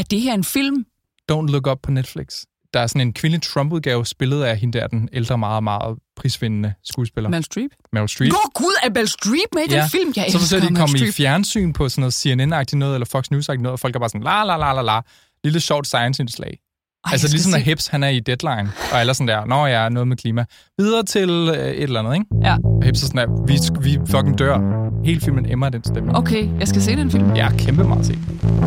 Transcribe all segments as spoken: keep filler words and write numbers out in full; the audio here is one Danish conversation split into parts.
Er det her en film? Don't Look Up på Netflix. Der er sådan en kvindelig Trump-udgave, spillet af hende der, den ældre, meget, meget prisvindende skuespiller. Meryl Streep? Meryl Streep. Gå gud, er Meryl Streep med i ja. den film? Jeg så forsøger de at komme Streep. i fjernsyn på sådan noget C N N-agtigt noget, eller Fox News-agtigt noget, og folk er bare sådan, la la la la la, lille sjovt science-indslag. Altså ligesom når Hips, han er i Deadline, og alle sådan der, nå ja, noget med klima. Videre til øh, et eller andet, ikke? Ja. Og Hips er sådan der, vi, vi fucking dør. Hele filmen emmer den stemme. Okay, jeg skal se den film. Ja, kæmpe meget se.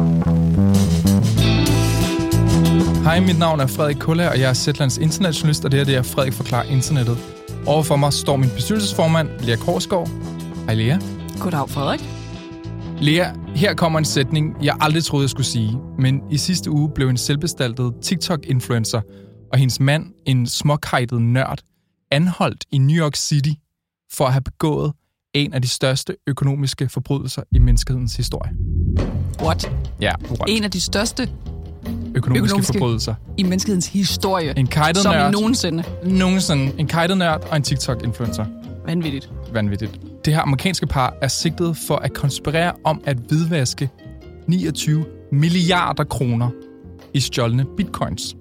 Hej, mit navn er Frederik Kulla, og jeg er Zetlands internetjournalist, og det her det er Frederik forklarer internettet. Overfor mig står min bestyrelsesformand, Lea Korsgaard. Hej, Lea. Goddag, Frederik. Lea, her kommer en sætning, jeg aldrig troede, jeg skulle sige, men i sidste uge blev en selvbestaltet TikTok-influencer og hendes mand, en småkajtet nørd, anholdt i New York City for at have begået en af de største økonomiske forbrydelser i menneskehedens historie. What? Ja, what? En af de største økonomiske, økonomiske forbrydelser i menneskehedens historie. En kajtet som nørd. i nogensinde. Nogensinde. En kajtet nørd og en TikTok-influencer. Vanvittigt. Vanvittigt. Det her amerikanske par er sigtet for at konspirere om at hvidvaske niogtyve milliarder kroner i stjålne bitcoins.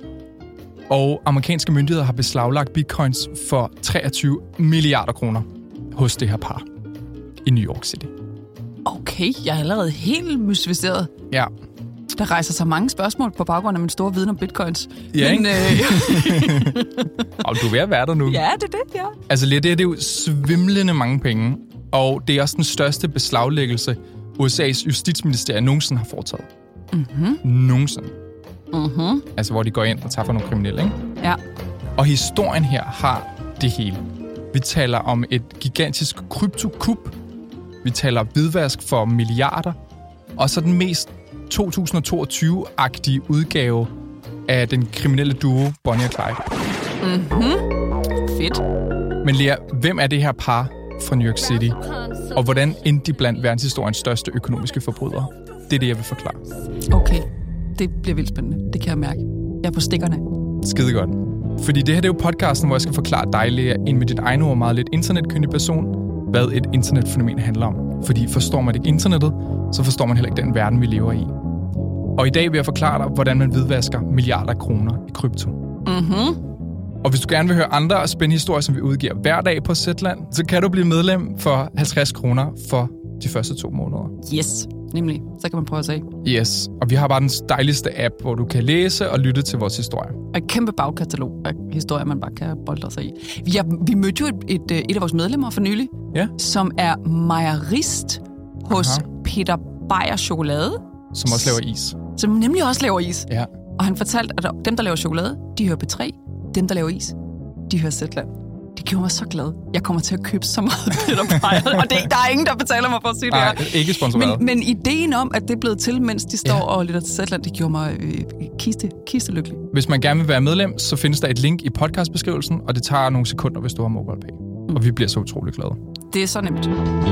Og amerikanske myndigheder har beslaglagt bitcoins for treogtyve milliarder kroner hos det her par i New York City. Okay, jeg er allerede helt mystificeret. Ja. Der rejser så mange spørgsmål på baggrund af min store viden om bitcoins. Ja, Men, ikke? Øh, og du er ved at være der nu. ja, det er det, ja. Altså, det er, det er jo svimlende mange penge, og det er også den største beslaglæggelse, U S A's justitsministerium nogensinde har foretaget. Mhm. Nogensinde. Mhm. Altså, hvor de går ind og tager for nogle kriminelle, ikke? Ja. Og historien her har det hele. Vi taler om et gigantisk kryptokup. Vi taler hvidvask for milliarder. Og så den mest to tusind toogtyve-agtige udgave af den kriminelle duo Bonnie og Clyde. Mhm. Fedt. Men Lea, hvem er det her par fra New York City? Og hvordan endte de blandt verdenshistoriens største økonomiske forbrydere? Det er det, jeg vil forklare. Okay. Det bliver vildt spændende. Det kan jeg mærke. Jeg er på stikkerne. Skide godt. Fordi det her det er jo podcasten, hvor jeg skal forklare dig, Lea, en med dit egne ord meget lidt internetkyndig person, hvad et internetfænomen handler om. Fordi forstår man ikke internettet, så forstår man heller ikke den verden, vi lever i. Og i dag vil jeg forklare dig, hvordan man hvidvasker milliarder af kroner i krypto. Mhm. Og hvis du gerne vil høre andre spændende historier, som vi udgiver hver dag på Zetland, så kan du blive medlem for halvtreds kroner for de første to måneder. Yes, nemlig. Så kan man prøve at se. Yes, og vi har bare den dejligste app, hvor du kan læse og lytte til vores historie. Og et kæmpe bagkatalog af historier, man bare kan bolde sig i. Vi, har, vi mødte jo et, et, et af vores medlemmer for nylig, Ja. som er mejerist hos Aha. Peter Beyer Chokolade. Som også laver is. Som nemlig også laver is. Ja. Og han fortalte, at dem, der laver chokolade, de hører P tre. Dem, der laver is, de hører Zetland. Det gjorde mig så glad. Jeg kommer til at købe så meget Peter Beyer. Og det, der er ingen, der betaler mig for at sige Nej, det her. ikke sponsoreret. Men, men ideen om, at det er blevet til, mens de står Ja. og lytter til Zetland, det gjorde mig øh, kiste, kiste lykkelig. Hvis man gerne vil være medlem, så findes der et link i podcastbeskrivelsen, og det tager nogle sekunder, hvis du har MobilePay. Mm. Og vi bliver så utrolig glade. Det er så nemt.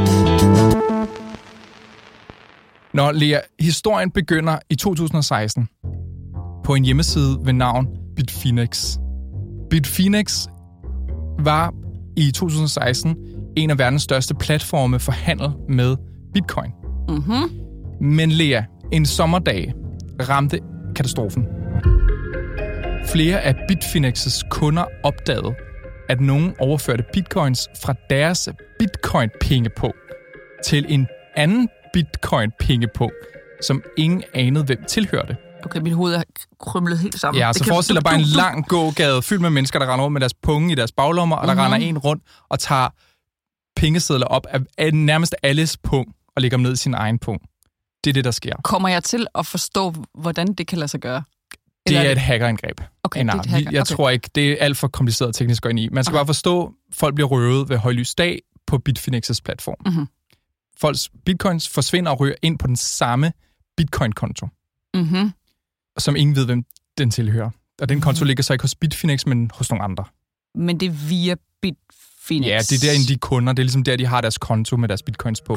Nå, Lea, historien begynder i to tusind og seksten på en hjemmeside ved navn Bitfinex. Bitfinex var i to tusind og seksten en af verdens største platforme for handel med bitcoin. Mhm. Men Lea, en sommerdag ramte katastrofen. Flere af Bitfinex's kunder opdagede, at nogen overførte bitcoins fra deres bitcoin-pengepung til en anden bitcoin-pengepung, som ingen anede, hvem tilhørte. Okay, mit hoved er krymlet helt sammen. Ja, Det så kan- forestil dig du- bare en du- du- lang gågade fyldt med mennesker, der render rundt med deres punge i deres baglommer, og der Mhm. render en rundt og tager pengesedler op af, af nærmest alles pung og lægger dem ned i sin egen pung. Det er det, der sker. Kommer jeg til at forstå, hvordan det kan lade sig gøre? Det Eller er et hackerangreb. Okay, En det er art. et hacker. Jeg Okay. tror ikke, det er alt for kompliceret teknisk at gå ind i. Man skal Okay. bare forstå, at folk bliver røvet ved højlys dag på Bitfinex's platform. Mhm. Folks bitcoins forsvinder og ryger ind på den samme bitcoin-konto, Mhm. som ingen ved, hvem den tilhører. Og den konto ligger så ikke hos Bitfinex, men hos nogle andre. Men det er via Bitfinex. Ja, det er derinde de kunder. Det er ligesom der, de har deres konto med deres bitcoins på. Ah.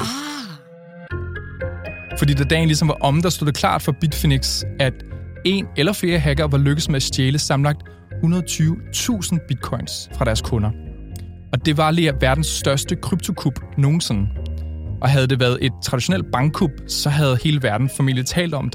Fordi da dagen ligesom var om, der stod det klart for Bitfinex, at en eller flere hacker var lykkes med at stjæle sammenlagt et hundrede og tyve tusind bitcoins fra deres kunder. Og det var lige verdens største kryptokup nogensinde. Og havde det været et traditionelt bankkup, så havde hele verden formentlig talt om det,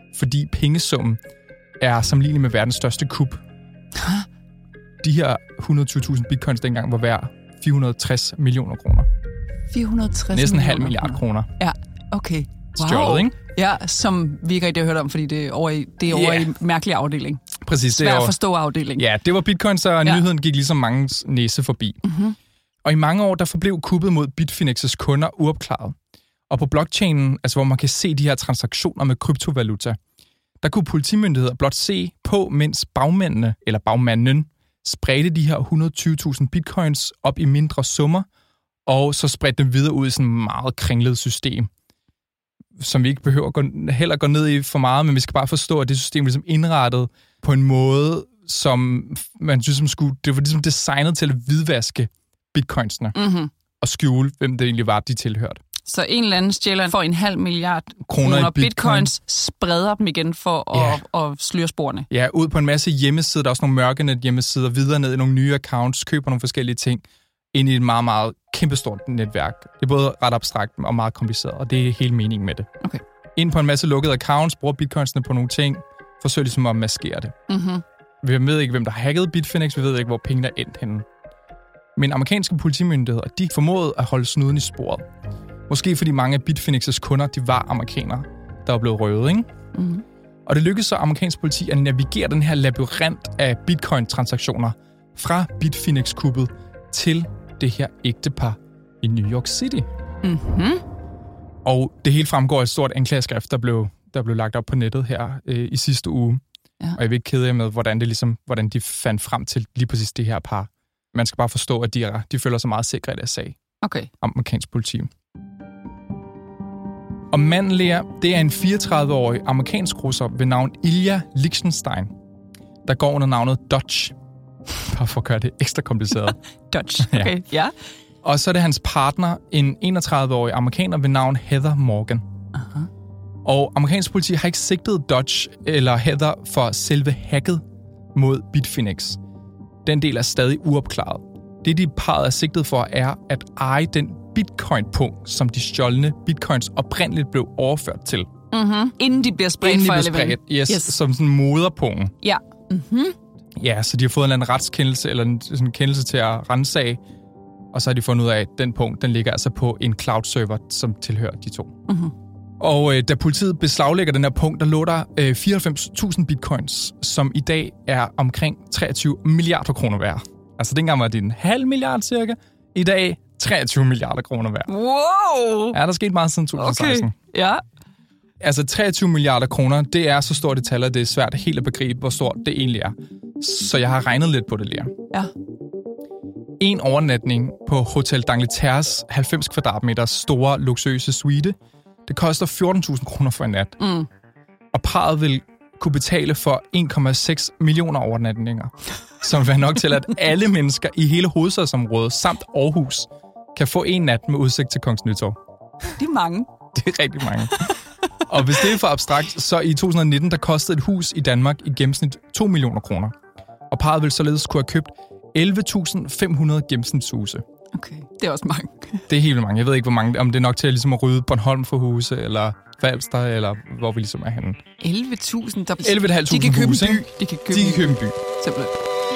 fordi pengesummen er sammenlignelig med verdens største kup. De her et hundrede og tyve tusind bitcoins dengang var værd fire hundrede og tres millioner kroner. fire hundrede og tres Næsten en halv millioner milliard kroner. Ja, okay. Wow. Stjålet, ikke? Ja, som vi ikke rigtig har hørt om, fordi det er over i, det er over Yeah. i en mærkelig afdeling. Præcis. Det Svær er at jo, forstå afdeling. ja, det var bitcoins, og Ja. nyheden gik ligesom mange næse forbi. Mm-hmm. Og i mange år, der forblev kuppet mod Bitfinex' kunder uopklaret. Og på blockchainen, altså hvor man kan se de her transaktioner med kryptovaluta, der kunne politimyndigheder blot se på, mens bagmændene, eller bagmanden, spredte de her et hundrede og tyve tusind bitcoins op i mindre summer, og så spredte dem videre ud i sådan et meget kringlet system, som vi ikke behøver at gå, heller gå ned i for meget, men vi skal bare forstå, at det system er ligesom indrettet på en måde, som man synes, som skulle, det var ligesom designet til at hvidvaske bitcoinsene Mm-hmm. og skjule, hvem det egentlig var, de tilhørte. Så en eller anden stjæler for en halv milliard Kroner kroner i bitcoin. bitcoins, spreder dem igen for at, Ja. at sløre sporene. Ja, ud på en masse hjemmesider, der er også nogle mørkenet hjemmesider, videre ned i nogle nye accounts, køber nogle forskellige ting, ind i et meget, meget kæmpestort netværk. Det er både ret abstrakt og meget kompliceret, og det er hele meningen med det. Okay. Ind på en masse lukkede accounts, bruger bitcoinsene på nogle ting, forsøger ligesom at maskere det. Mm-hmm. Vi ved ikke, hvem der hackede Bitfinex, vi ved ikke, hvor pengene er endt henne. Men amerikanske politimyndigheder, de formåede at holde snuden i sporet. Måske fordi mange af Bitfinex' kunder, de var amerikanere, der var blevet røvet, ikke? Mm-hmm. Og det lykkedes så amerikansk politi at navigere den her labyrint af bitcoin-transaktioner fra Bitfinex-kuppet til det her ægtepar i New York City. Mm-hmm. Og det hele fremgår af et stort anklageskrift, der blev, der blev lagt op på nettet her øh, i sidste uge. Ja. Og jeg vil ikke kede jer med, hvordan, det ligesom, hvordan de fandt frem til lige præcis det her par. Man skal bare forstå, at de, er, de føler sig meget sikre i deres sag. Okay. Amerikansk politi. Og manden Lea, det er en fireogtredive-årig amerikansk russer ved navn Ilya Lichtenstein, der går under navnet Dodge. Bare for at gøre det ekstra kompliceret. Dodge. Okay, ja. ja. Og så er det hans partner, en enogtredive-årig amerikaner ved navn Heather Morgan. Aha. Og amerikansk politi har ikke sigtet Dodge eller Heather for selve hacket mod Bitfinex. Den del er stadig uopklaret. Det, de parret er sigtet for, er at eje den bitcoin-punkt, som de stjålne bitcoins oprindeligt blev overført til. Mm-hmm. Inden de bliver spredt Inden for de alle blev ven. spredt, yes, Yes. som sådan moderpunkten. Ja. Mm-hmm. Ja, så de har fået en eller anden retskendelse, eller en sådan en kendelse til at ransage, og så har de fundet ud af, at den punkt, den ligger altså på en cloud-server, som tilhører de to. Mm-hmm. Og øh, da politiet beslaglægger den her punkt, der lå der øh, fireoghalvfems tusind bitcoins, som i dag er omkring treogtyve milliarder kroner værd. Altså dengang var det en halv milliard cirka. I dag treogtyve milliarder kroner værd. Wow! Ja, der er sket meget siden to tusind og seksten. Okay, ja. Altså treogtyve milliarder kroner, det er så stort et tal, at det er svært helt at begribe, hvor stort det egentlig er. Så jeg har regnet lidt på det, Lea. Ja. En overnatning på Hotel d'Angleterres halvfems kvadratmeter store, luksuriøse suite, det koster fjorten tusind kroner for en nat. Mm. Og parret vil kunne betale for en komma seks millioner overnatninger, som vil være nok til, at alle mennesker i hele hovedstadsområdet samt Aarhus kan få en nat med udsigt til Kongens Nytorv. Det er mange. Det er rigtig mange. Og hvis det er for abstrakt, så i to tusind og nitten, der kostede et hus i Danmark i gennemsnit to millioner kroner. Og parret vil således kunne have købt elleve tusind fem hundrede gennemsnitshuse. Okay, det er også mange. Det er helt mange. Jeg ved ikke, hvor mange, om det er nok til at, ligesom at rydde Bornholm for huse, eller Falster, eller hvor vi ligesom er henne. elleve tusind? Der... elleve tusind De kan købe huse, en by. ikke? De kan købe, De kan købe en by. Simpelthen.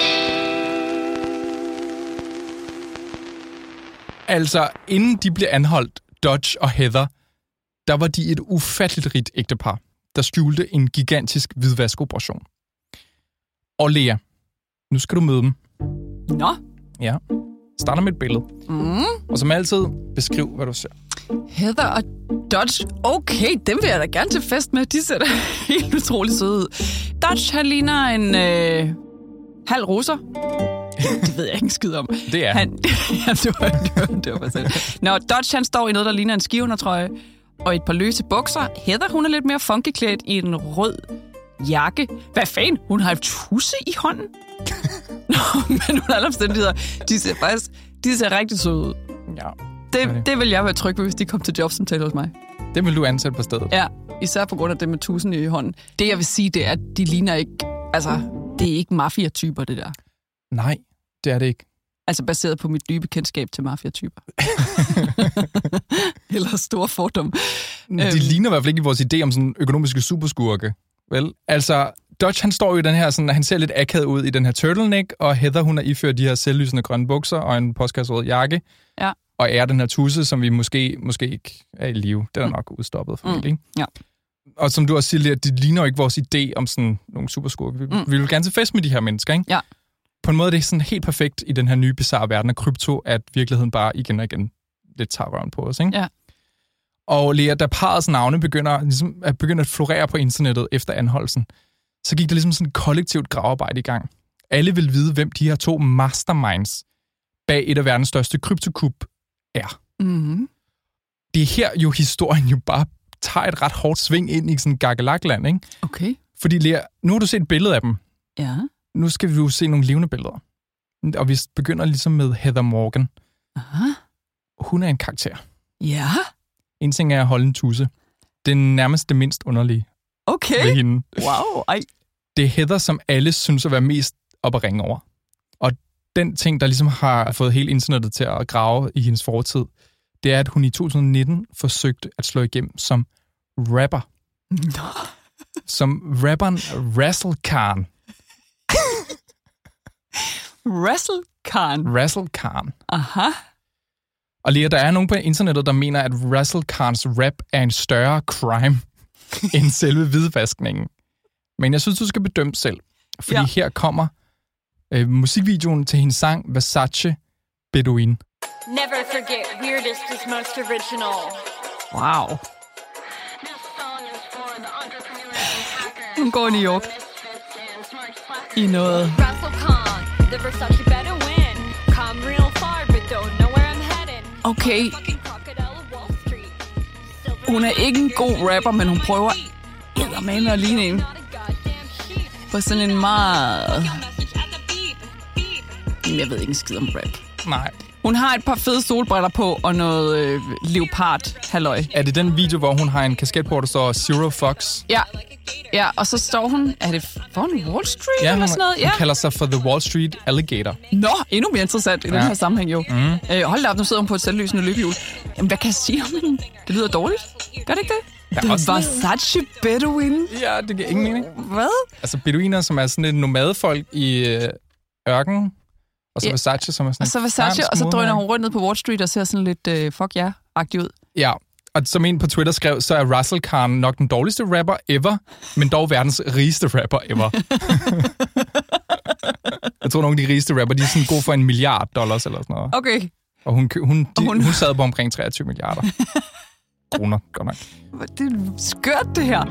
Altså, inden de blev anholdt, Dodge og Heather, der var de et ufatteligt rigt ægtepar, der skjulte en gigantisk hvidvaskoperation. Og Lea, nu skal du møde dem. Nå. Ja. Starter med et billede. Mm. Og som altid, beskriv, hvad du ser. Heather og Dodge. Okay, dem vil jeg da gerne til fest med. De ser da helt utroligt søde ud. Dodge, han ligner en øh, halv russer. Det ved jeg ikke en skid om. Det er han. Ja, det var, det var, det var faktisk. Nå, Dodge, han står i noget, der ligner en skiveundertrøje og et par løse bukser. Heather, hun er lidt mere funky klædt i en rød jakke. Hvad fanden? Hun har et tusse i hånden. Nå, men under alle omstændigheder, de ser faktisk de ser rigtig søde ud. Ja. Det, det vil jeg være tryg ved, hvis de kom til jobsamtale hos mig. Det vil du ansætte på stedet. Ja, især på grund af det med tusind i hånden. Det, jeg vil sige, det er, at de ligner ikke... Altså, det er ikke mafia-typer, det der. Nej, det er det ikke. Altså baseret på mit dybe kendskab til mafia-typer. Eller store fordom. De øhm. ligner i hvert fald ikke i vores idé om sådan økonomiske superskurke. Vel, altså, Dodge, han står jo i den her, sådan, han ser lidt akavet ud i den her turtleneck, og Heather, hun er iført de her selvlysende grønne bukser og en postkasserød jakke. Ja. Og er den her tusse, som vi måske, måske ikke er i live. Den er nok mm. udstoppet for mm. Ja. Og som du også siger, det ligner jo ikke vores idé om sådan nogle superskurke. Vi, mm. vi vil gerne til fest med de her mennesker, ikke? Ja. På en måde det er det sådan helt perfekt i den her nye bizarre verden af krypto, at virkeligheden bare igen og igen lidt tager røven på os, ikke? Ja. Og Lea, da parrets navne begynder, ligesom, at begynder at florere på internettet efter anholdelsen, så gik der ligesom sådan et kollektivt gravearbejde i gang. Alle vil vide, hvem de her to masterminds bag et af verdens største kryptokup er. Mm-hmm. Det er her jo historien jo bare tager et ret hårdt sving ind i sådan gagalakland, ikke? Okay. Fordi Lea, nu har du set et billede af dem. Ja. Nu skal vi jo se nogle levende billeder. Og vi begynder ligesom med Heather Morgan. Aha. Hun er en karakter. Ja. En ting er at holde en tusse. Det er nærmest det mindst underlige okay. ved hende. Wow, ej. Det er Heather, som alle synes at være mest op at ringe over. Og den ting, der ligesom har fået hele internettet til at grave i hendes fortid, det er, at hun i to tusind nitten forsøgte at slå igennem som rapper. Nå. Som rapperen Razzle Khan. Razzle Khan? Razzle Khan. Aha. Og Lea, der er nogen på internettet, der mener, at Razzle Khans rap er en større crime end selve hvidvaskningen. Men jeg synes, du skal bedømme selv. Fordi ja. Her kommer øh, musikvideoen til hendes sang Versace Bedouin. Never forget, weirdest is most original. Wow. Hun går i New York. I noget. Razzle Khan, the Versace Bedouin. Come real far, but don't know where I'm headed. Okay. Hun er ikke en god rapper, men hun prøver eddermame at ligne en. På sådan en meget... Jeg ved ikke en skid om rap. Nej. Hun har et par fede solbriller på og noget øh, leopard-halløj. Er det den video, hvor hun har en kasket på, der står Zero Fox? Ja. Ja, og så står hun... Er det foran Wall Street ja, eller sådan noget? Ja, hun kalder sig for The Wall Street Alligator. Nå, endnu mere interessant i ja. Den her sammenhæng jo. Mm. Øh, hold da op, nu sidder hun på et selvlysende løbehjul. Jamen, hvad kan jeg sige om hende? Det lyder dårligt. Gør det ikke det? Ja, det var Versace Bedouin. Ja, det giver ingen mening. Hvad? Altså, beduiner, som er sådan et nomadefolk i øh, ørken. Og så ja. Versace, som er sådan og så Versace, og så drøner hun rundt ned på Wall Street og ser sådan lidt øh, fuck ja, agtig ud. Ja, og som en på Twitter skrev, så er Razzle Khan nok den dårligste rapper ever, men dog verdens rigeste rapper ever. Jeg tror, nogle af de rigeste rapper, de er sådan gode for en milliard dollars eller sådan noget. Okay. Og hun, hun, de, og hun... hun sad på omkring treogtyve milliarder kroner, godt nok. Det er skørt, det her.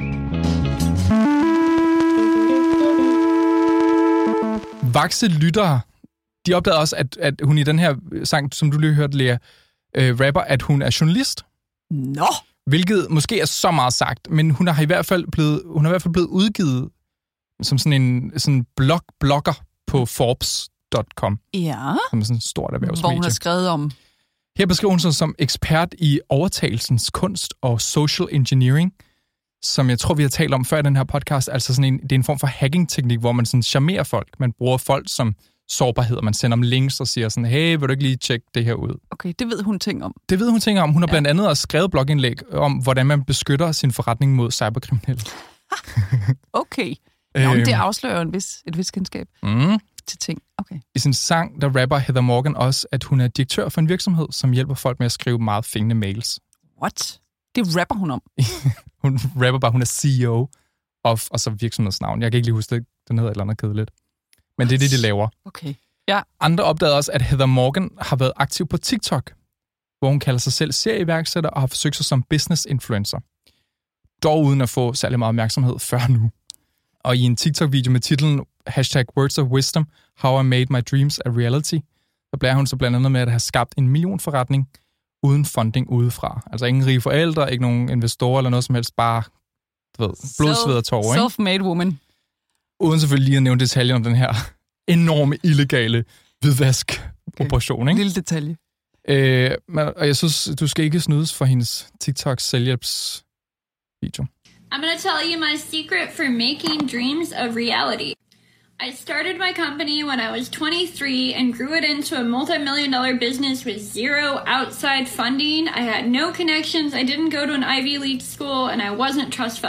Vakse lyttere, de opdagede også, at, at hun i den her sang, som du lige hørte, Lea, øh, rapper, at hun er journalist. Nå! Hvilket måske er så meget sagt, men hun har i hvert fald blevet, hun er i hvert fald blevet udgivet som sådan en sådan blog, blogger på Forbes punktum com. Ja. Som er sådan et stort erhvervsmedie. Hvor hun har skrevet om... Her beskriver hun sig som ekspert i overtagelsens kunst og social engineering, som jeg tror, vi har talt om før i den her podcast. Altså sådan en, det er en form for hacking-teknik, hvor man sådan charmerer folk. Man bruger folk som sårbarhed, man sender dem links og siger sådan, hey, vil du ikke lige tjekke det her ud? Okay, det ved hun ting om. Det ved hun ting om. Hun har blandt andet også skrevet blogindlæg om, hvordan man beskytter sin forretning mod cyberkriminelle. Okay. Nå, det afslører en vis, et vis kendskab mm. til ting. Okay. I sin sang, der rapper Heather Morgan også, at hun er direktør for en virksomhed, som hjælper folk med at skrive meget fængende mails. What? Det rapper hun om? Hun rapper bare, hun er C E O of, og så virksomhedsnavn. Jeg kan ikke lige huske det. Den hedder et eller andet kedeligt. Men det er det, de laver. Okay. Ja. Andre opdagede også, at Heather Morgan har været aktiv på TikTok, hvor hun kalder sig selv serieværksætter og har forsøgt sig som business influencer. Dog uden at få særlig meget opmærksomhed før nu. Og i en TikTok-video med titlen hashtag Words of Wisdom, How I Made My Dreams a Reality, der bliver hun så blandt andet med at have skabt en millionforretning uden funding udefra. Altså ingen rige forældre, ikke nogen investorer eller noget som helst, bare du ved, blod, sved og tårer. Self-made woman. Uden selvfølgelig lige at nævne detaljer om den her enorme, illegale hvidvask-operation. Okay. Lille detalje. Øh, men, og jeg synes, du skal ikke snydes for hendes TikTok-selvhjælps-video. I'm going to tell you my secret for making dreams a reality. I started my company when I was twenty-three and grew it into a multi-million dollar business with zero outside funding. I had no connections. I didn't go to an Ivy League school and I wasn't trust fund.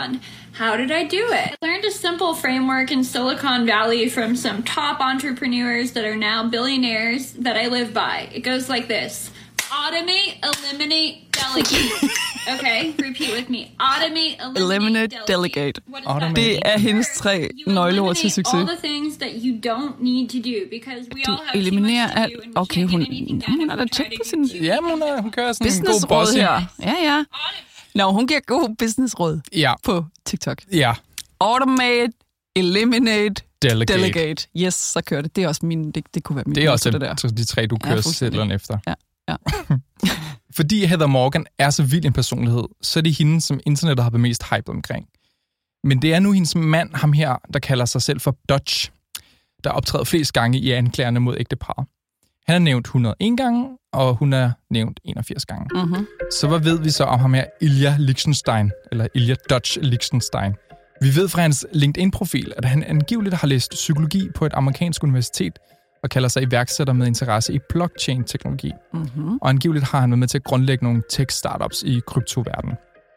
How did I do it? I learned a simple framework in Silicon Valley from some top entrepreneurs that are now billionaires that I live by. It goes like this. Automate, eliminate, delegate. Okay, repeat with me. Automate, eliminate, Eliminate, delegate. What does that Det mean? er hendes tre You nøgleord til eliminate succes. all the things that you don't need to do because we Du all have too eliminerer much to alt. do and we Okay, can't hun, get anything done hun if er we da try tjek to på sin do Ja, hun, er, hun kører sådan en god businessråd bossy. her. Ja, ja. Nå, hun giver god businessråd Ja, på TikTok. ja. Automate, eliminate, Delegate. delegate. Yes, så kører det. Det er også min, det, det kunne være min. Det er også det der. de, de tre, du Ja, kører fuldstændig. sædlerne efter. Ja, ja. Fordi Heather Morgan er så vild en personlighed, så er det hende, som internettet har været mest hyped omkring. Men det er nu hendes mand, ham her, der kalder sig selv for Dutch, der optræder flest gange i anklagerne mod ægteparret. Han er nævnt et hundrede og en gange, og hun er nævnt enogfirs gange. Mm-hmm. Så hvad ved vi så om ham her, Ilja Lichtenstein, eller Ilja Dutch Lichtenstein? Vi ved fra hans LinkedIn-profil, at han angiveligt har læst psykologi på et amerikansk universitet, og kalder sig iværksætter med interesse i blockchain-teknologi. Mm-hmm. Og angiveligt har han været med til at grundlægge nogle tech-startups i kryptoverdenen.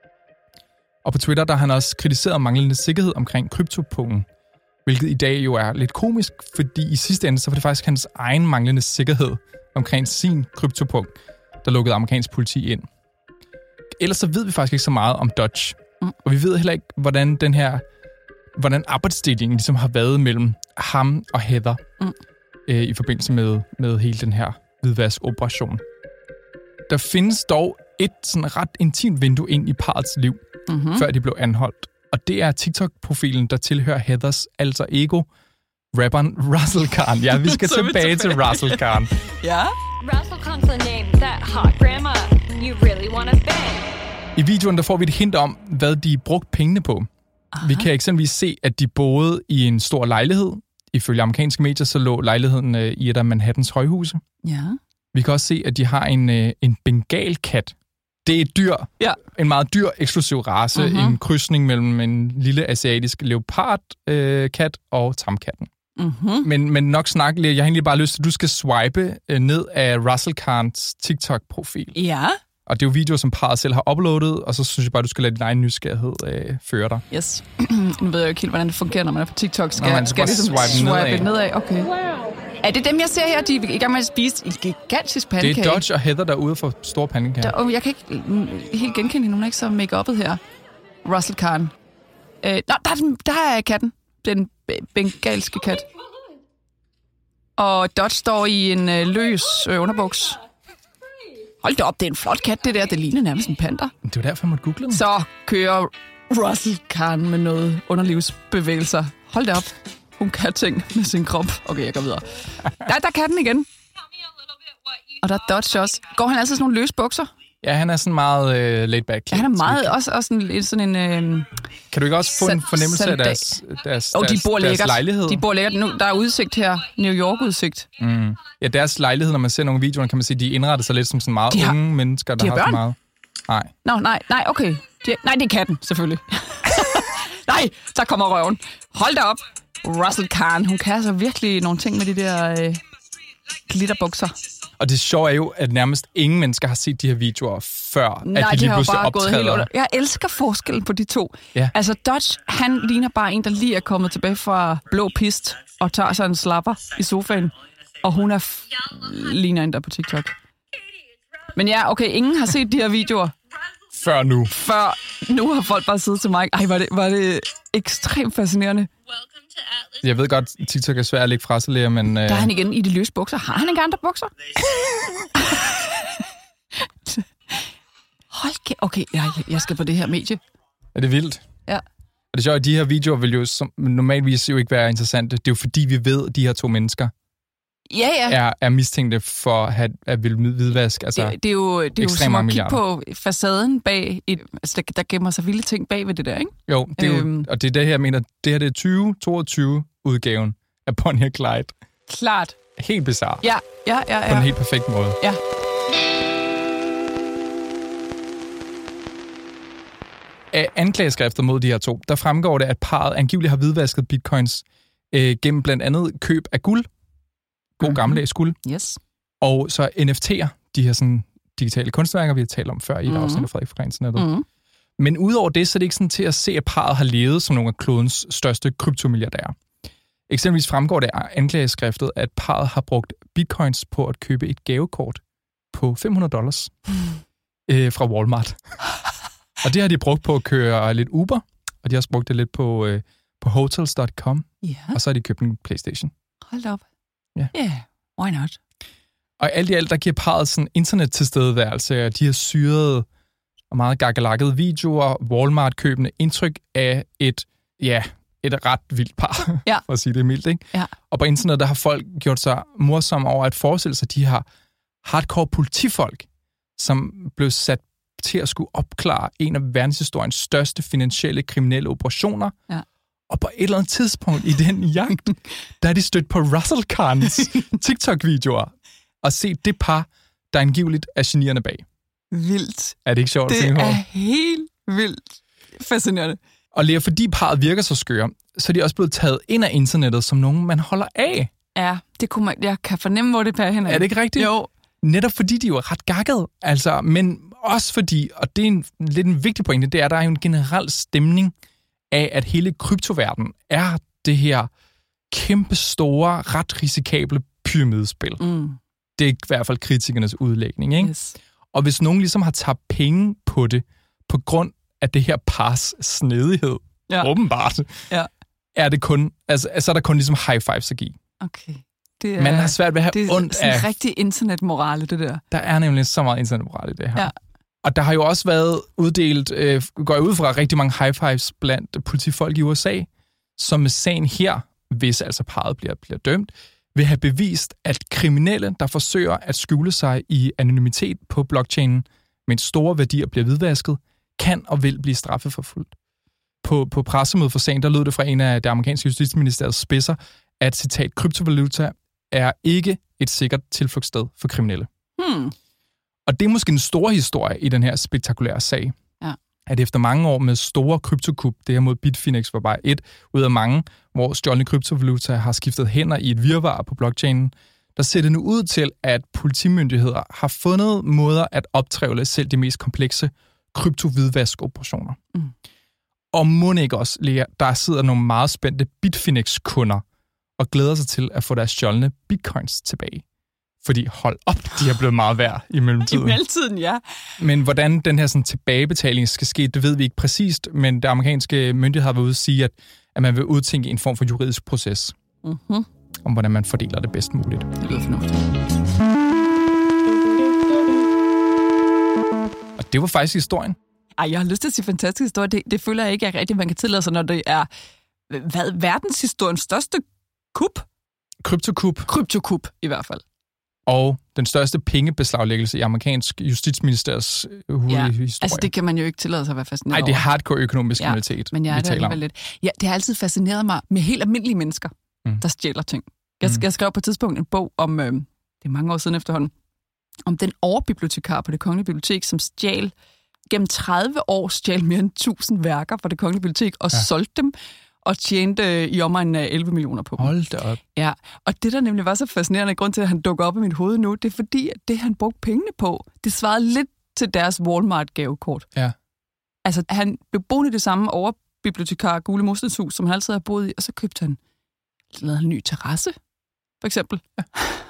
Og på Twitter der har han også kritiseret manglende sikkerhed omkring kryptopungen, hvilket i dag jo er lidt komisk, fordi i sidste ende så var det faktisk hans egen manglende sikkerhed omkring sin kryptopung, der lukkede amerikansk politi ind. Ellers så ved vi faktisk ikke så meget om Dutch, mm. og vi ved heller ikke, hvordan den her, hvordan arbejdsdelingen ligesom har været mellem ham og Heather mm. øh, i forbindelse med, med hele den her hvidvask-operation. Der findes dog et sådan ret intimt vindue ind i parrets liv, mm-hmm. før de blev anholdt. Og det er TikTok-profilen, der tilhører Heathers alter ego, rapperen Russell Khan. Ja, vi skal tilbage til Russell Khan. Ja. Russell Khan's the name, that hot grandma you really want to bang. I videoen der får vi et hint om, hvad de brugte pengene på. Aha. Vi kan eksempelvis se, at de boede i en stor lejlighed. Ifølge amerikanske medier, så lå lejligheden øh, i et af Manhattans højhuse. Ja. Vi kan også se, at de har en, øh, en bengalkat. Det er et dyr. Ja. En meget dyr, eksklusiv race. Uh-huh. En krydsning mellem en lille asiatisk leopardkat øh, kat og tamkatten. Mm-hmm. Men, men nok snak lidt. Jeg har egentlig bare lyst til, at du skal swipe øh, ned af Russell Khans TikTok-profil. Ja. Og det er jo videoer, som parret selv har uploadet, og så synes jeg bare, du skal lade din egen nysgerrighed øh, føre dig. Yes. Nu ved jeg jo ikke helt, hvordan det fungerer, når man er på TikTok. Skal, Nå, man skal bare ligesom swipe nedad. swipe nedad? Okay. Er det dem, jeg ser her? De er i gang med at spise en gigantisk pandekage. Det er Dodge og Heather, der er ude for store pandekager. Der, jeg kan ikke mm, helt genkende hende. Hun er ikke så make-uppet her. Russell Khan. Øh, nå, der er, den, der er katten. Den bengalske kat. Og Dodge står i en øh, løs øh, underbuks. Hold da op, det er en flot kat, det der. Det ligner nærmest en panda. Det var derfor, jeg måtte google den. Så kører Russell Khan med noget underlivsbevægelser. Hold da op. Hun kan ting med sin krop. Okay, jeg går videre. Der, der kan den igen. Og der er Dodge også. Går han altid sådan nogle løse bukser? Ja, han er sådan meget øh, laid back. Ja, han er meget også, også en, sådan en... Øh, kan du ikke også få en Sa- fornemmelse af sandag. deres, deres, oh, de deres, bor deres lækkert. lejlighed? De bor lækkert. Nu, der er udsigt her. New York-udsigt. Mm. Ja, deres lejlighed, når man ser nogle videoer, kan man se, at de indretter sig lidt som sådan meget De har- unge mennesker, der de har har så børn? meget. Nej. Nå, nej, nej, okay. De, nej, det er katten, selvfølgelig. Nej, så kommer røven. Hold da op. Russell Khan, hun kan altså virkelig nogle ting med de der øh, glitterbukser. Og det sjove er jo, at nærmest ingen mennesker har set de her videoer, før Nej, at de de lige har jo pludselig bare gået helt optræder. under. Jeg elsker forskellen på de to. Ja. Altså, Dodge, han ligner bare en, der lige er kommet tilbage fra blå pist og tager sig en slapper i sofaen. Og hun er f- ligner en, der er på TikTok. Men ja, okay, ingen har set de her videoer Før nu. før. Nu har folk bare siddet til mig. Ej, var det, var det ekstremt fascinerende. Jeg ved godt, TikTok er svært at lægge fra sig, Lea, men... Øh... Der er han igen i de løse bukser. Har han ikke andre bukser? Hold kæft. Okay, jeg, jeg skal på det her medie. Er det vildt? Ja. Og det er sjovt, at de her videoer vil jo som, normalvis jo ikke være interessante. Det er jo fordi, vi ved, at de her to mennesker Ja, ja. er, er mistænkte for at, have, at ville hvidvask. Altså, Det, det er jo, det er jo ekstremt som mange at kigge milliarder. på facaden bag et... Altså, der, der gemmer sig vilde ting bag ved det der, ikke? jo, det er Øhm. jo, og det er det her, jeg mener, det her det er tyve toogtyve-udgaven af Bonnie og Clyde. Klart. Helt bizarre. Ja, ja, ja, ja. På en helt perfekt måde. Ja. Af anklageskrifter mod de her to, der fremgår det, at parret angiveligt har hvidvasket bitcoins øh, gennem blandt andet køb af guld, god Mhm. gammeldags guld, Yes. og så N F T'er, de her sådan digitale kunstværker, vi har talt om før i et Mhm. afsnit af Frederik fra Internettet. Mm. Men udover det, så er det ikke sådan til at se, at parret har levet som nogle af klodens største kryptomilliardærer. Eksempelvis fremgår det af anklageskriftet, at parret har brugt bitcoins på at købe et gavekort på fem hundrede dollars øh, fra Walmart. Og det har de brugt på at køre lidt Uber, og de har også brugt det lidt på, øh, på hotels punktum com, Ja. og så har de købt en PlayStation. Hold op. Ja. Yeah, why not? Og alt i alt, der giver parret sådan internet-tilstedeværelse, og de har syrede og meget gakkelakkede videoer, Walmart-købende indtryk af et, ja, et ret vildt par, Ja. for at sige det mildt, ikke? Ja. Og på internet, der har folk gjort sig morsomme over at forestille sig, at de har hardcore politifolk, som blev sat til at skulle opklare en af verdenshistoriens største finansielle kriminelle operationer. Ja. Og på et eller andet tidspunkt i den jagt, der er de stødt på Russell Khans TikTok-videoer og set det par, der angiveligt er genierne bag. Vildt. Er det ikke sjovt at Det tænke på? er helt vildt fascinerende. Og Lea, fordi parret virker så skøre, så er de også blevet taget ind af internettet som nogen, man holder af. Ja, det kunne man, jeg kan fornemme, hvor det bærer hen. Er det ikke rigtigt? Jo. Netop fordi de jo er ret gakket, altså, men også fordi, og det er en, lidt en vigtig pointe, det er, at der er jo en generel stemning af, at hele kryptoverdenen er det her kæmpe store, ret risikable pyramidespil. Mm. Det er i hvert fald kritikernes udlægning, ikke? Yes. Og hvis nogen ligesom har taget penge på det, på grund af det her pars snedighed, Ja. åbenbart, Ja. er det kun, altså, så er der kun ligesom high fives at give. Okay. Det er, Man har svært ved at det have er ondt sådan af... rigtig internetmorale, det der. Der er nemlig så meget internetmoral i det her. Ja. Og der har jo også været uddelt, øh, går jeg ud fra, rigtig mange high fives blandt politifolk i U S A, som med sagen her, hvis altså parret bliver, bliver dømt, vil have bevist, at kriminelle, der forsøger at skjule sig i anonymitet på blockchainen, mens store værdier bliver hvidvasket, kan og vil blive straffeforfulgt. På, på pressemødet for sagen, der lød det fra en af det amerikanske justitsministeriets spidser, at citat, kryptovaluta er ikke et sikkert tilflugtssted for kriminelle. Hmm. Og det er måske en stor historie i den her spektakulære sag. Ja. At efter mange år med store kryptokup, det her mod Bitfinex var bare et ud af mange, hvor stjålne kryptovaluta har skiftet hænder i et virvar på blockchainen, der ser det nu ud til, at politimyndigheder har fundet måder at optrævle selv de mest komplekse kryptovidvaskoperationer. Mm. Og må ikke også, Lea, der sidder nogle meget spændte Bitfinex-kunder og glæder sig til at få deres stjålne bitcoins tilbage. Fordi hold op, de er blevet meget værd i mellemtiden. I mellemtiden, ja. Men hvordan den her sådan, tilbagebetaling skal ske, det ved vi ikke præcist, men det amerikanske myndigheder har været ude at sige, at, at man vil udtænke en form for juridisk proces, Mm-hmm. om hvordan man fordeler det bedst muligt. Det lyder fornuftigt. Og det var faktisk historien. Ej, jeg har lyst til at sige fantastisk historie. Det, det føler jeg ikke er rigtigt, man kan tillade sig, når det er hvad, verdenshistoriens største kup. Kryptokup Kryptokup, i hvert fald. og den største pengebeslaglæggelse i amerikansk justitsministeriets hurtige Ja, historie. altså det kan man jo ikke tillade sig at være fascineret Nej, det er over. hardcore økonomisk Ja, kriminalitet, Men jeg vi er det taler om. alligevel lidt. Ja, det har altid fascineret mig med helt almindelige mennesker, Mm. der stjæler ting. Jeg, Mm. jeg skrev på et tidspunkt en bog om, øh, det er mange år siden efterhånden, om den overbibliotekar på Det Kongelige Bibliotek, som stjal gennem tredive år stjal mere end tusind værker fra Det Kongelige Bibliotek og Ja. solgte dem og tjente øh, i omegnen af elleve millioner på dem. Hold da op. Ja, og det, der nemlig var så fascinerende grund til, at han dukker op i mit hoved nu, det er fordi, at det, han brugte pengene på, det svarede lidt til deres Walmart-gavekort. Ja. Altså, han blev boende i det samme overbibliotekar Gule Murstenshus, som han altid har boet i, og så købte han, lavede han en ny terrasse, for eksempel. Ja.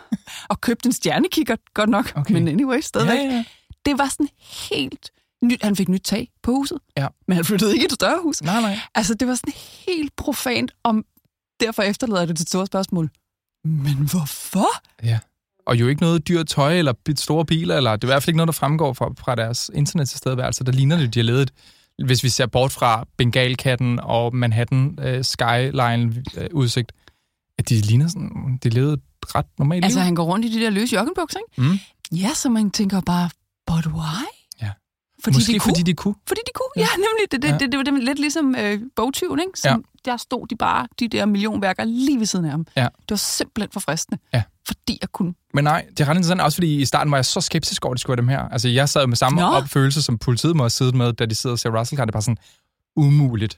og købte en stjernekikkert, godt nok, Okay. men anyway, stadigvæk. Ja, ja. Det var sådan helt nyt. Han fik nyt tag på huset, Ja. men han flyttede ikke i et større hus. Nej, nej. Altså, det var sådan helt profant, om derfor efterlader det til et stort spørgsmål. Men hvorfor? Ja. Og jo ikke noget dyrt tøj eller bit- store biler, eller det er i hvert fald ikke noget, der fremgår fra, fra deres internettilstedeværelse. Der ligner det, de har lavet, hvis vi ser bort fra Bengalkatten og Manhattan uh, Skyline-udsigt, at de ligner sådan, de levede et ret normalt Altså, liv. han går rundt i de der løse joggenbukser, ikke? Mm. Ja, så man tænker bare, but why? Ja. Fordi Måske de kunne. fordi de kunne. Fordi de kunne, ja, nemlig. Det, det, Ja. det, det var dem lidt ligesom øh, bogtyven, ikke? Som, der stod de bare, de der millionværker, lige ved siden af ham. Ja. Det var simpelthen for fristende, Ja. fordi jeg kunne. Men nej, det er ret interessant, også fordi i starten var jeg så skeptisk over, at det skulle være dem her. Altså, jeg sad med samme Nå. opfølelse, som politiet må have siddet med, da de sidder og ser Russell Khan. Det er bare sådan, umuligt,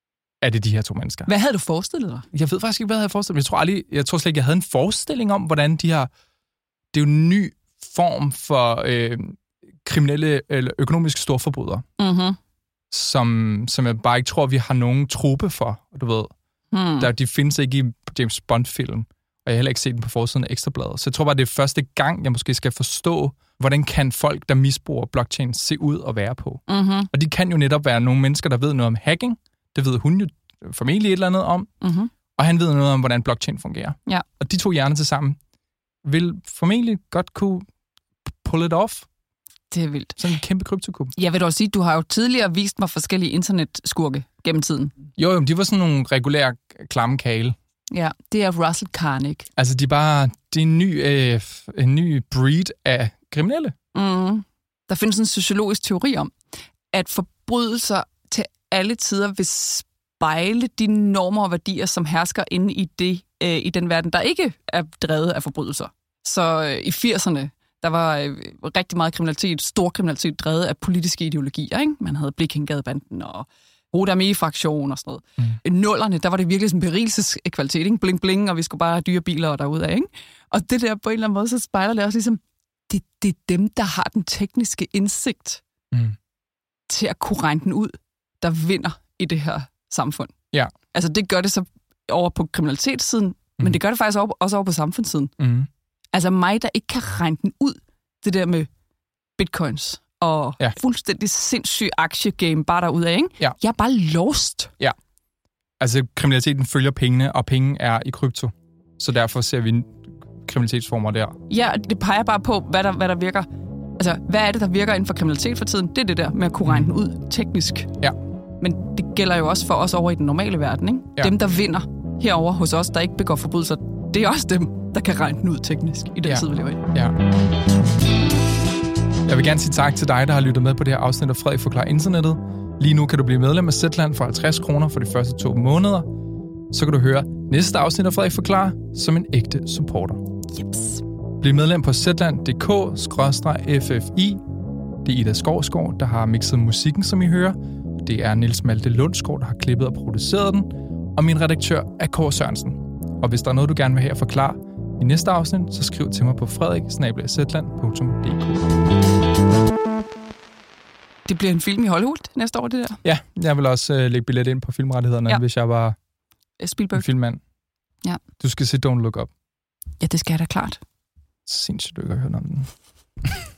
at det er de her to mennesker. Hvad havde du forestillet dig? Jeg ved faktisk ikke, hvad jeg havde forestillet mig. Jeg tror, aldrig, jeg tror slet ikke, jeg havde en forestilling om, hvordan de her... Det er jo en ny form for øh, kriminelle eller økonomiske storforbrydere. Mm-hmm. som, som jeg bare ikke tror, vi har nogen truppe for, du ved. Hmm. Der, de findes ikke i James Bond-film, og jeg har heller ikke set den på forsiden af Ekstrabladet. Så jeg tror bare, det er første gang, jeg måske skal forstå, hvordan kan folk, der misbruger blockchain, se ud og være på. Mm-hmm. Og de kan jo netop være nogle mennesker, der ved noget om hacking. Det ved hun jo formentlig et eller andet om. Mm-hmm. Og han ved noget om, hvordan blockchain fungerer. Ja. Og de to hjerner til sammen vil formentlig godt kunne pull it off. Det er vildt. Sådan en kæmpe kryptokup. Jeg vil dog sige, du har jo tidligere vist mig forskellige internetskurke gennem tiden. Jo, jo, de var sådan nogle regulære klamme kale. Ja, det er Russell Carnage. Altså, de er bare de er en, ny, øh, en ny breed af kriminelle. Mm. Der findes en sociologisk teori om, at forbrydelser til alle tider vil spejle de normer og værdier, som hersker inde i, det, øh, i den verden, der ikke er drevet af forbrydelser. Så øh, i firserne, der var øh, rigtig meget kriminalitet, stor kriminalitet, drevet af politiske ideologier. Ikke? Man havde Blikkengadebanden og Rote Armee-fraktion og sådan noget. Mm. I nullerne, der var det virkelig sådan en berigelseskvalitet. Ikke? Bling, bling, og vi skulle bare have dyre biler derudad. Ikke? Og det der på en eller anden måde, så spejler det også ligesom, det, det er dem, der har den tekniske indsigt mm. til at kunne regne den ud, der vinder i det her samfund. Ja. Altså det gør det så over på kriminalitetssiden, mm. men det gør det faktisk over, også over på samfundssiden. Mm. Altså mig, der ikke kan regne den ud, det der med bitcoins og ja. fuldstændig sindssyg aktiegame bare derudad, ikke? Ja. Jeg er bare lost. Ja. Altså kriminaliteten følger pengene, og penge er i krypto. Så derfor ser vi kriminalitetsformer der. Ja, det peger bare på, hvad der, hvad der virker. Altså, hvad er det, der virker inden for kriminalitet for tiden? Det er det der med at kunne regne den ud teknisk. Ja. Men det gælder jo også for os over i den normale verden, ikke? Ja. Dem, der vinder herover hos os, der ikke begår forbrydelser, det er også dem, der kan regne den ud teknisk i den ja. tid, vi lever i. Ja. Jeg vil gerne sige tak til dig, der har lyttet med på det her afsnit af Frederik Forklarer Internettet. Lige nu kan du blive medlem af Zetland for halvtreds kroner for de første to måneder. Så kan du høre næste afsnit af Frederik Forklarer som en ægte supporter. Jeps. Bliv medlem på zetland punktum d k skråstreg f f i. Det er Ida Skovsgaard, der har mixet musikken, som I hører. Det er Niels Malte Lundsgaard, der har klippet og produceret den. Og min redaktør er Kåre Sørensen. Og hvis der er noget, du gerne vil have at forklare i næste afsnit, så skriv til mig på frederik snabel-a zetland punktum d k. Det bliver en film i Hollywood næste år, det der. Ja, jeg vil også uh, lægge billet ind på filmrettighederne, ja. Hvis jeg var Spielberg. en filmmand. Ja. Du skal se Don't Look Up. Ja, det skal jeg da klart. Sindssygt, du ikke har hørt om den.